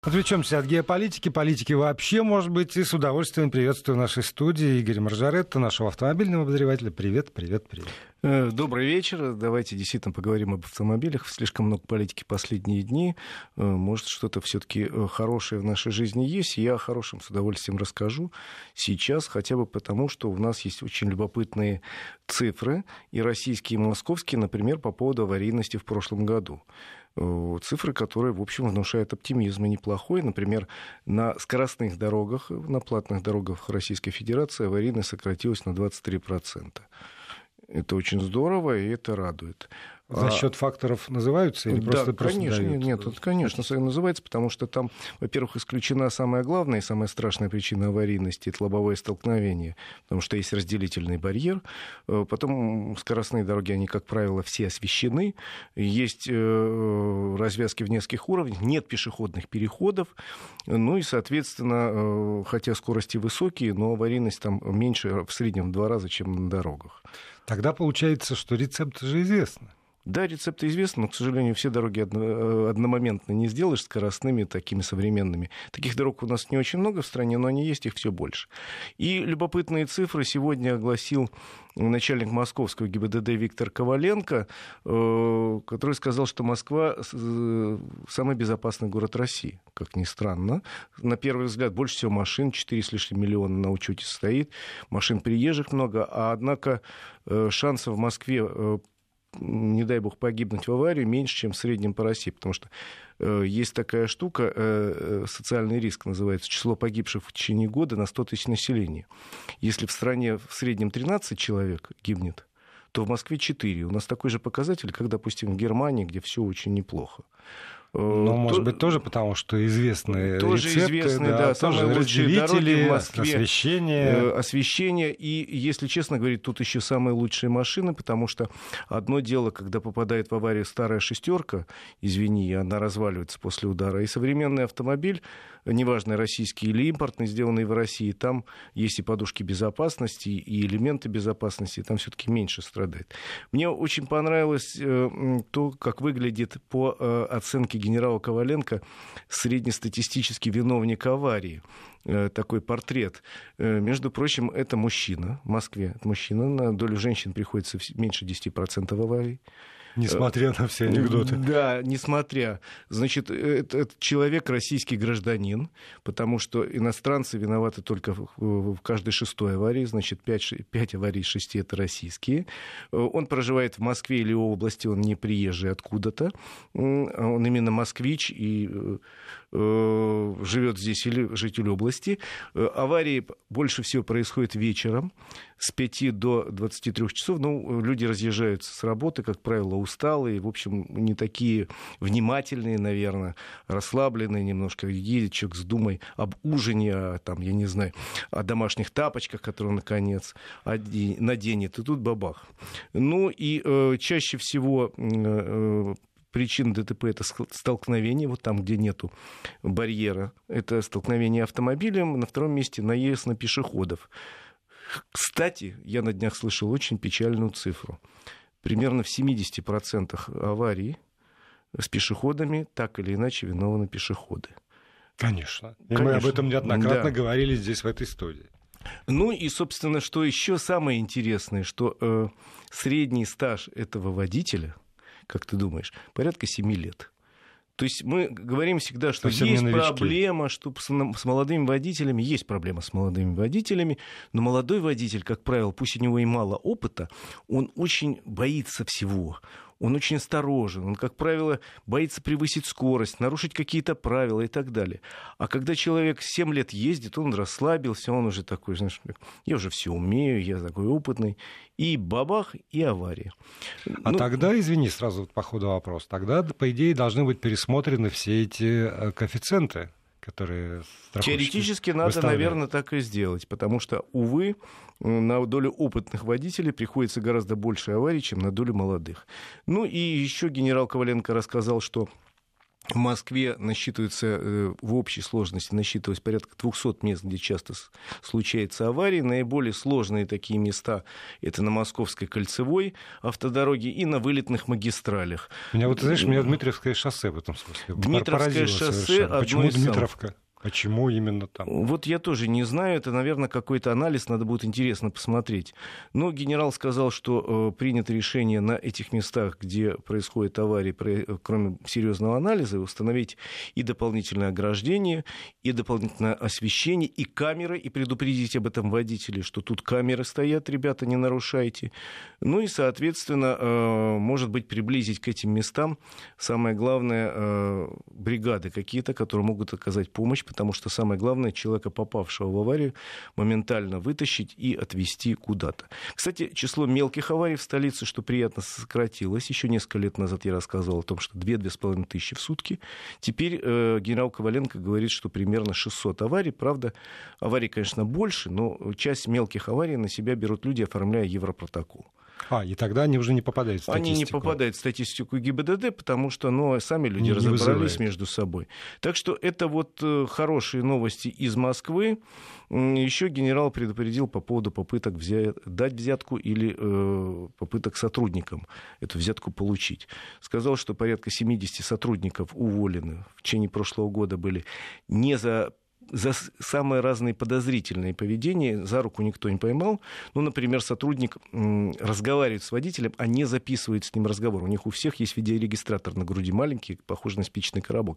Отвлечемся от геополитики, политики вообще, может быть, и с удовольствием приветствую в нашей студии Игоря Маржаретта, нашего автомобильного обозревателя. Привет. Добрый вечер. Давайте действительно поговорим об автомобилях. Слишком много политики последние дни. Может, что-то все-таки хорошее в нашей жизни есть. Я о хорошем с удовольствием расскажу сейчас, хотя бы потому, что у нас есть очень любопытные цифры, и российские, и московские, например, по поводу аварийности в прошлом году. Цифры, которые, в общем, внушают оптимизм и неплохой. Например, на скоростных дорогах, на платных дорогах Российской Федерации аварийность сократилась на 23%. Это очень здорово, и это радует. За счет факторов называются или просто конечно, дают? Нет, это, конечно, называется, потому что там, во-первых, исключена самая главная и самая страшная причина аварийности — это лобовое столкновение, потому что есть разделительный барьер. Потом скоростные дороги, они, как правило, все освещены, есть развязки в нескольких уровнях, нет пешеходных переходов, ну и, соответственно, хотя скорости высокие, но аварийность там меньше в среднем в 2 раза, чем на дорогах. Тогда получается, что рецепты же известны. Да, рецепты известны, но, к сожалению, все дороги одномоментно не сделаешь скоростными, такими современными. Таких дорог у нас не очень много в стране, но они есть, их все больше. И любопытные цифры сегодня огласил начальник московского ГИБДД Виктор Коваленко, который сказал, что Москва самый безопасный город России, как ни странно. На первый взгляд больше всего машин, 4 с лишним миллиона на учете стоит, машин приезжих много, однако шансов в Москве, не дай бог, погибнуть в аварии меньше, чем в среднем по России, потому что есть такая штука, социальный риск называется, число погибших в течение года на 100 тысяч населения. Если в стране в среднем 13 человек гибнет, то в Москве 4. У нас такой же показатель, как, допустим, в Германии, где все очень неплохо. Ну, может быть, тоже потому, что известные тоже рецепты, известные, да, самые лучшие дороги в Москве, освещение. И, если честно говорить, тут еще самые лучшие машины, потому что одно дело, когда попадает в аварию старая шестерка, извини, она разваливается после удара, и современный автомобиль, неважно, российский или импортный, сделанный в России, там есть и подушки безопасности, и элементы безопасности, там все-таки меньше страдает. Мне очень понравилось то, как выглядит по оценке генерала Коваленко среднестатистический виновник аварии. Такой портрет. Между прочим, это мужчина в Москве. Это мужчина. На долю женщин приходится меньше 10% аварий. Несмотря на все анекдоты. Да, несмотря. Значит, этот человек российский гражданин, потому что иностранцы виноваты только в каждой 6-й аварии, значит, 5 аварий из 6 это российские. Он проживает в Москве или области, он не приезжий откуда-то. Он именно москвич и живет здесь или житель области. Аварии больше всего происходят вечером с 5 до 23 часов. Ну, люди разъезжаются с работы, как правило, усталые, в общем, не такие внимательные, наверное, расслабленные немножко. Едет человек с думой об ужине, там, я не знаю, о домашних тапочках, которые он, наконец, наденет. И тут бабах. Ну, и чаще всего причина ДТП — это столкновение, вот там, где нету барьера. Это столкновение автомобилем. На втором месте наезд на пешеходов. Кстати, я на днях слышал очень печальную цифру. Примерно в 70% аварий с пешеходами так или иначе виноваты пешеходы. Конечно. И мы об этом неоднократно говорили здесь, в этой студии. Ну и, собственно, что еще самое интересное, что средний стаж этого водителя, как ты думаешь, порядка 7 лет. То есть мы говорим всегда, что есть проблема, что с молодыми водителями, есть проблема с молодыми водителями, но молодой водитель, как правило, пусть у него и мало опыта, он очень боится всего. Он очень осторожен, он, как правило, боится превысить скорость, нарушить какие-то правила и так далее. А когда человек 7 лет ездит, он расслабился, он уже такой, знаешь, я уже все умею, я такой опытный, и бабах, и авария. Тогда, извини, сразу по ходу вопрос, тогда, по идее, должны быть пересмотрены все эти коэффициенты, которые теоретически надо, наверное, так и сделать, потому что, увы, на долю опытных водителей приходится гораздо больше аварий, чем на долю молодых. Ну и еще генерал Коваленко рассказал, что В Москве насчитывается, в общей сложности насчитывалось порядка 200 мест, где часто случаются аварии. Наиболее сложные такие места — это на Московской кольцевой автодороге и на вылетных магистралях. Меня Дмитриевское шоссе в этом смысле Дмитровское шоссе одно Почему из самых. Дмитровка? Почему именно там? Вот я тоже не знаю, это, наверное, какой-то анализ, надо будет интересно посмотреть. Но генерал сказал, что принято решение на этих местах, где происходят аварии, кроме серьезного анализа, установить и дополнительное ограждение, и дополнительное освещение, и камеры, и предупредить об этом водителей, что тут камеры стоят, ребята, не нарушайте. Ну и, соответственно, может быть, приблизить к этим местам, самое главное, бригады какие-то, которые могут оказать помощь, потому что самое главное — человека, попавшего в аварию, моментально вытащить и отвезти куда-то. Кстати, число мелких аварий в столице, что приятно, сократилось. Еще несколько лет назад я рассказывал о том, что 2-2,5 тысячи в сутки. Теперь генерал Коваленко говорит, что примерно 600 аварий. Правда, аварий, конечно, больше, но часть мелких аварий на себя берут люди, оформляя Европротокол. И тогда они уже не попадают в статистику. Они не попадают в статистику ГИБДД, потому что сами люди разобрались между собой. Так что это вот хорошие новости из Москвы. Еще генерал предупредил по поводу попыток дать взятку или попыток сотрудникам эту взятку получить. Сказал, что порядка 70 сотрудников уволены в течение прошлого года были не за самые разные подозрительные поведения. За руку никто не поймал. Например, сотрудник разговаривает с водителем, а не записывает с ним разговор. У них у всех есть видеорегистратор на груди маленький, похожий на спичечный коробок.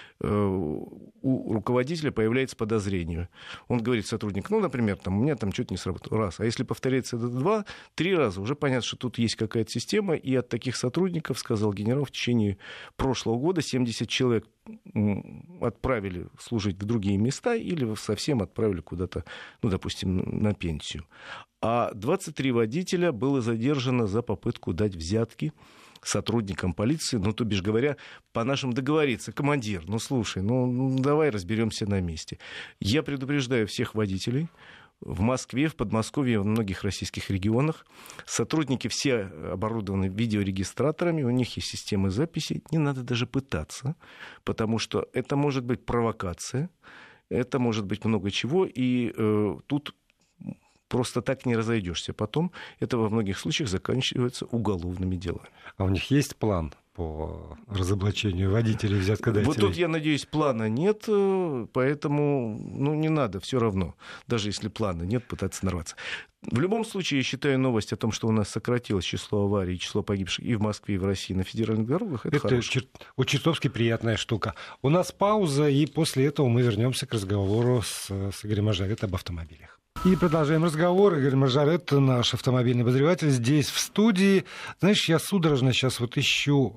У руководителя появляется подозрение. Он говорит сотруднику, например, у меня там что-то не сработало. Раз. А если повторяется 2-3 раза, уже понятно, что тут есть какая-то система. И от таких сотрудников, сказал генерал, в течение прошлого года 70 человек отправили служить в другие места или совсем отправили куда-то, допустим, на пенсию. А 23 водителя было задержано за попытку дать взятки сотрудникам полиции, то бишь говоря, по-нашему договориться. Командир, слушай, давай разберемся на месте. Я предупреждаю всех водителей. В Москве, в Подмосковье, в многих российских регионах сотрудники все оборудованы видеорегистраторами, у них есть системы записи. Не надо даже пытаться, потому что это может быть провокация, это может быть много чего, и тут просто так не разойдешься. Потом это во многих случаях заканчивается уголовными делами. А у них есть план по разоблачению водителей взяткодателей? Вот тут, я надеюсь, плана нет, поэтому не надо все равно, даже если плана нет, пытаться нарваться. В любом случае, я считаю, новость о том, что у нас сократилось число аварий, число погибших и в Москве, и в России на федеральных дорогах, это чертовски приятная штука. У нас пауза, и после этого мы вернемся к разговору с Игорем Маржарет об автомобилях. И продолжаем разговор. Игорь Маржарет, наш автомобильный обозреватель, здесь в студии. Знаешь, я судорожно сейчас ищу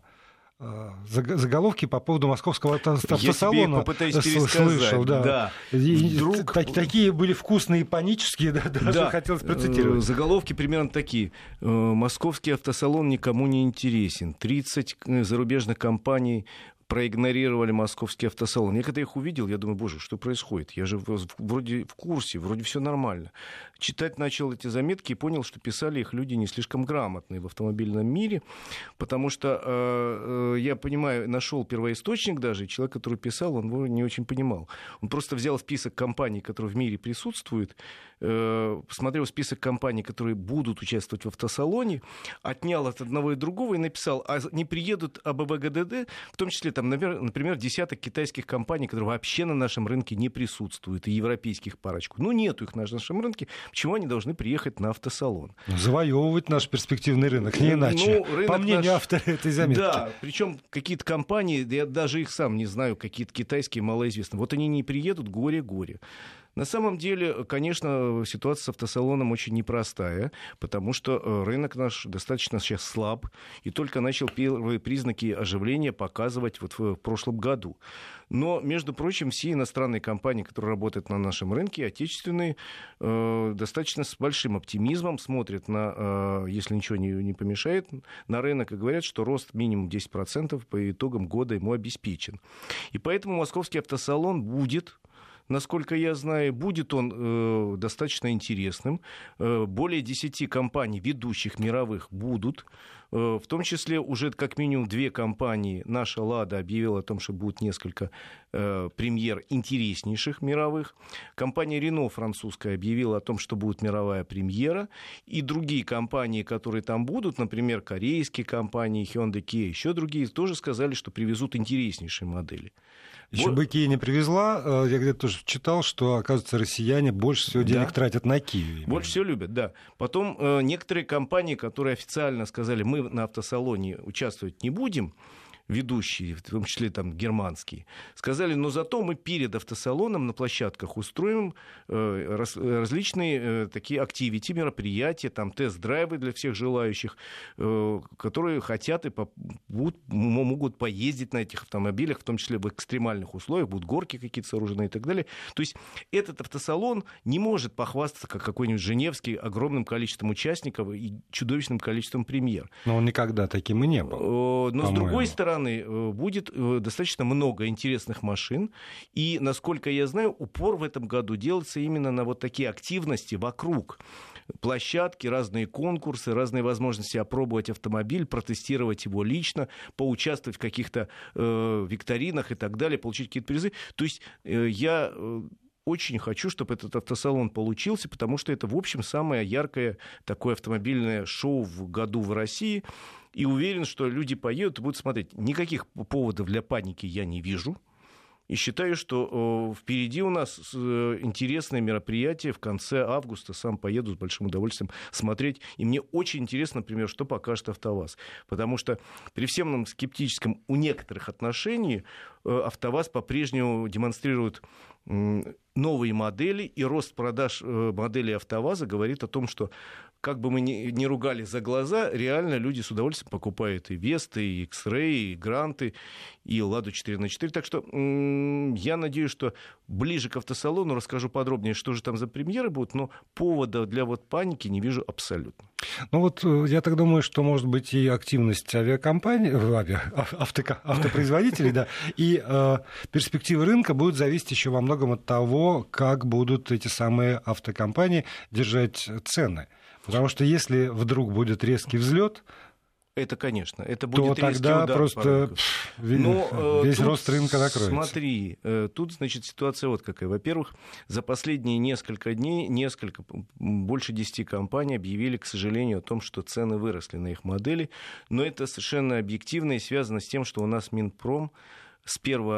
заголовки по поводу московского автосалона. Я тебе попытаюсь пересказать. Слышал, да. Вдруг... Такие были вкусные и панические, даже хотелось процитировать. Заголовки примерно такие. Московский автосалон никому не интересен. 30 зарубежных компаний проигнорировали московский автосалон. Я когда их увидел, я думаю, боже, что происходит? Я же вроде в курсе, вроде все нормально. Читать начал эти заметки и понял, что писали их люди не слишком грамотные в автомобильном мире, потому что, я понимаю, нашел первоисточник даже, и человек, который писал, он его не очень понимал. Он просто взял список компаний, которые в мире присутствуют, посмотрел список компаний, которые будут участвовать в автосалоне, отнял от одного и другого и написал, а не приедут АБВ-ГДД, в том числе, например, десяток китайских компаний, которые вообще на нашем рынке не присутствуют, и европейских парочку. Нету их на нашем рынке, почему они должны приехать на автосалон? Завоевывать наш перспективный рынок, не иначе. По мнению автора этой заметки. Да, причем какие-то компании, я даже их сам не знаю, какие-то китайские, малоизвестные. Вот они не приедут, горе-горе. На самом деле, конечно, ситуация с автосалоном очень непростая, потому что рынок наш достаточно сейчас слаб и только начал первые признаки оживления показывать в прошлом году. Но, между прочим, все иностранные компании, которые работают на нашем рынке, отечественные, достаточно с большим оптимизмом смотрят на, если ничего не помешает, на рынок и говорят, что рост минимум 10% по итогам года ему обеспечен. И поэтому московский автосалон будет... Насколько я знаю, будет он достаточно интересным. Более 10 компаний ведущих мировых будут В том числе уже как минимум 2 компании. Наша «Лада» объявила о том, что будет несколько премьер интереснейших мировых. Компания «Рено» французская объявила о том, что будет мировая премьера. И другие компании, которые там будут, например, корейские компании, Hyundai, Kia, еще другие, тоже сказали, что привезут интереснейшие модели. Еще бы Kia не привезла, я где-то тоже читал, что, оказывается, россияне больше всего денег тратят на Kia. Больше всего любят, да. Потом некоторые компании, которые официально сказали, мы на автосалоне участвовать не будем, ведущие, в том числе там германские, сказали, но зато мы перед автосалоном на площадках устроим различные такие активити, мероприятия, там тест-драйвы для всех желающих, которые хотят и могут поездить на этих автомобилях, в том числе в экстремальных условиях, будут горки какие-то сооружены и так далее. То есть этот автосалон не может похвастаться, как какой-нибудь Женевский, огромным количеством участников и чудовищным количеством премьер. Но он никогда таким и не был. Но с другой стороны, будет достаточно много интересных машин. И, насколько я знаю, упор в этом году делается именно на вот такие активности вокруг площадки, разные конкурсы, разные возможности опробовать автомобиль, протестировать его лично, поучаствовать в каких-то викторинах и так далее, получить какие-то призы. То есть я очень хочу, чтобы этот автосалон получился, потому что это, в общем, самое яркое такое автомобильное шоу в году в России. И уверен, что люди поедут и будут смотреть. Никаких поводов для паники я не вижу. И считаю, что впереди у нас интересное мероприятие в конце августа. Сам поеду с большим удовольствием смотреть. И мне очень интересно, например, что покажет АвтоВАЗ. Потому что при всем нам скептическом у некоторых отношений АвтоВАЗ по-прежнему демонстрирует новые модели. И рост продаж моделей АвтоВАЗа говорит о том, что как бы мы ни ругали за глаза, реально люди с удовольствием покупают и Весты, и X-Ray, и Гранты, и Ладу 4х4. Так что я надеюсь, что ближе к автосалону расскажу подробнее, что же там за премьеры будут, но повода для вот паники не вижу абсолютно. Ну вот я так думаю, что может быть и активность авиакомпаний, автопроизводителей, да, и перспективы рынка будут зависеть еще во многом от того, как будут эти самые автокомпании держать цены. Потому что если вдруг будет резкий взлет, это, конечно, это будет то резкий тогда удар просто весь рост рынка накроется. Смотри, тут, значит, ситуация вот какая. Во-первых, за последние несколько дней, больше 10 компаний объявили, к сожалению, о том, что цены выросли на их модели. Но это совершенно объективно и связано с тем, что у нас Минпром с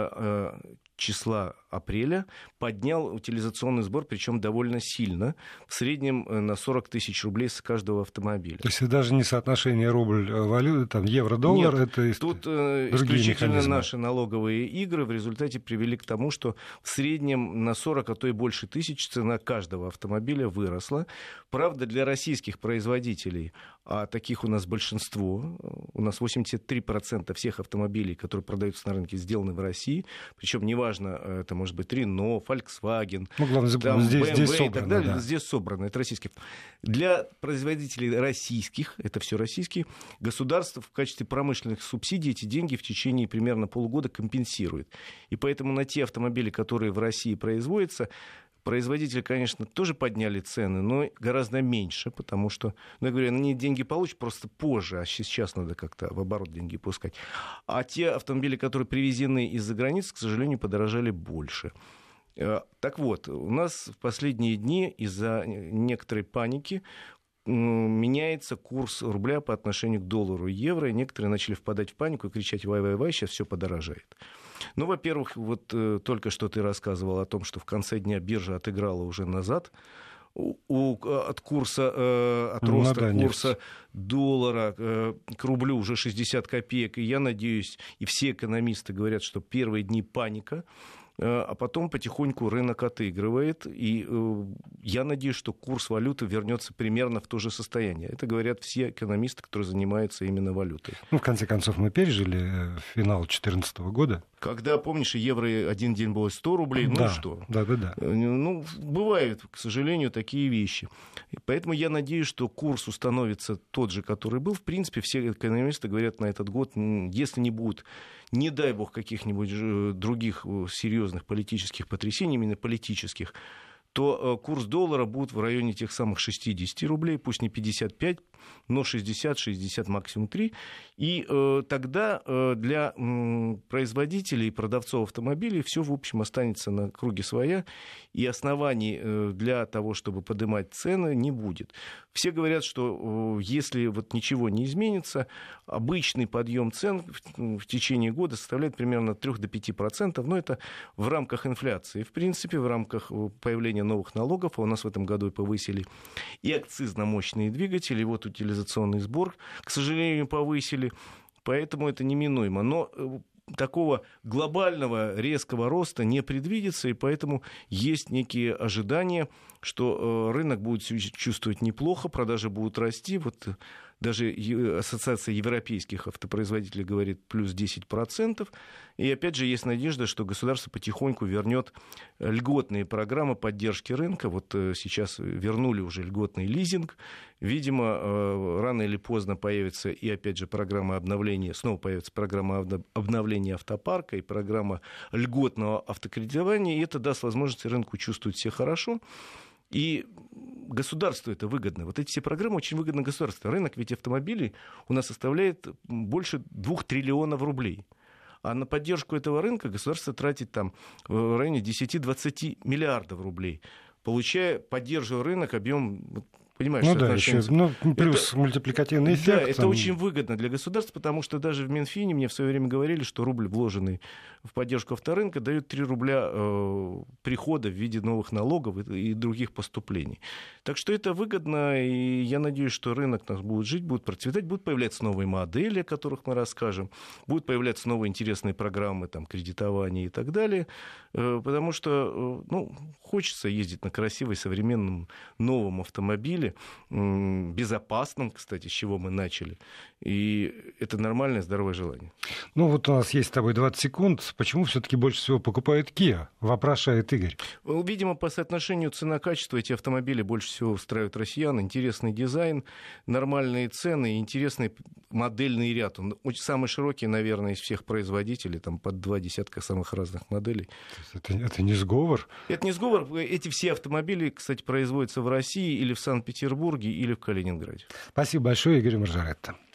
1 числа апреля поднял утилизационный сбор, причем довольно сильно, в среднем на 40 тысяч рублей с каждого автомобиля. То есть даже не соотношение рубль-валюта, там евро-доллар, нет, это тут исключительно наши налоговые игры в результате привели к тому, что в среднем на 40, а то и больше тысяч цена каждого автомобиля выросла. Правда, для российских производителей, а таких у нас большинство, у нас 83% всех автомобилей, которые продаются на рынке, сделаны в России, причем неважно, это может быть Renault, Volkswagen, главное, там, здесь BMW собрано, и так далее. Да. Здесь собрано, это российские. Для производителей российских, это все российские, государство в качестве промышленных субсидий эти деньги в течение примерно полугода компенсирует. И поэтому на те автомобили, которые в России производятся, производители, конечно, тоже подняли цены, но гораздо меньше, потому что, я говорю, они деньги получат просто позже, а сейчас надо как-то в оборот деньги пускать. А те автомобили, которые привезены из-за границы, к сожалению, подорожали больше. Так вот, у нас в последние дни из-за некоторой паники меняется курс рубля по отношению к доллару и евро, и некоторые начали впадать в панику и кричать «вай-вай-вай», сейчас все подорожает. Ну, во-первых, вот только что ты рассказывал о том, что в конце дня биржа отыграла уже назад от роста курса доллара к рублю уже 60 копеек. И я надеюсь, и все экономисты говорят, что первые дни паника, а потом потихоньку рынок отыгрывает, и я надеюсь, что курс валюты вернется примерно в то же состояние. Это говорят все экономисты, которые занимаются именно валютой. Ну, в конце концов, мы пережили финал 2014 года. Когда, помнишь, евро один день было 100 рублей, ну да, что? Да. Ну, бывают, к сожалению, такие вещи. Поэтому я надеюсь, что курс установится тот же, который был. В принципе, все экономисты говорят на этот год, если не будет, не дай бог, каких-нибудь других серьезных политических потрясений, именно политических, то курс доллара будет в районе тех самых 60 рублей, пусть не 55, но 60, 60, максимум 3. И тогда для производителей и продавцов автомобилей все, в общем, останется на круге своя, и оснований для того, чтобы поднимать цены, не будет. Все говорят, что если вот ничего не изменится, обычный подъем цен в течение года составляет примерно от 3 до 5%, но это в рамках инфляции. В принципе, в рамках появления новых налогов, а у нас в этом году и повысили и акцизно-мощные двигатели, и вот утилизационный сбор, к сожалению, повысили, поэтому это неминуемо. Но такого глобального резкого роста не предвидится, и поэтому есть некие ожидания, что рынок будет чувствовать неплохо, продажи будут расти. Вот даже Ассоциация европейских автопроизводителей говорит плюс 10%. И опять же есть надежда, что государство потихоньку вернет льготные программы поддержки рынка. Вот сейчас вернули уже льготный лизинг. Видимо, рано или поздно появится и опять же программа обновления, снова появится программа обновления автопарка и программа льготного автокредитования. И это даст возможность рынку чувствовать себя хорошо. И государству это выгодно. Вот эти все программы очень выгодны государству. Рынок ведь автомобилей у нас составляет больше 2 триллионов рублей. А на поддержку этого рынка государство тратит там в районе 10-20 миллиардов рублей, поддерживая рынок, объем... Понимаешь, ну да, еще плюс это, мультипликативный эффект. Да, это очень выгодно для государства, потому что даже в Минфине мне в свое время говорили, что рубль, вложенный в поддержку авторынка, дает 3 рубля прихода в виде новых налогов и других поступлений. Так что это выгодно, и я надеюсь, что рынок у нас будет жить, будет процветать, будут появляться новые модели, о которых мы расскажем, будут появляться новые интересные программы там, кредитования и так далее, потому что хочется ездить на красивой, современном, новом автомобиле, безопасном, кстати, с чего мы начали. И это нормальное, здоровое желание. Ну вот у нас есть с тобой 20 секунд. Почему все-таки больше всего покупают Kia? Вопрошает Игорь. Видимо, по соотношению цена-качество эти автомобили больше всего устраивают россиян. Интересный дизайн, нормальные цены, интересный модельный ряд. Он самый широкий, наверное, из всех производителей, там под 2 десятка самых разных моделей. Это не сговор? Это не сговор. Эти все автомобили, кстати, производятся в России или в Санкт-Петербурге, или в Калининграде. Спасибо большое, Игорь Маржаретто.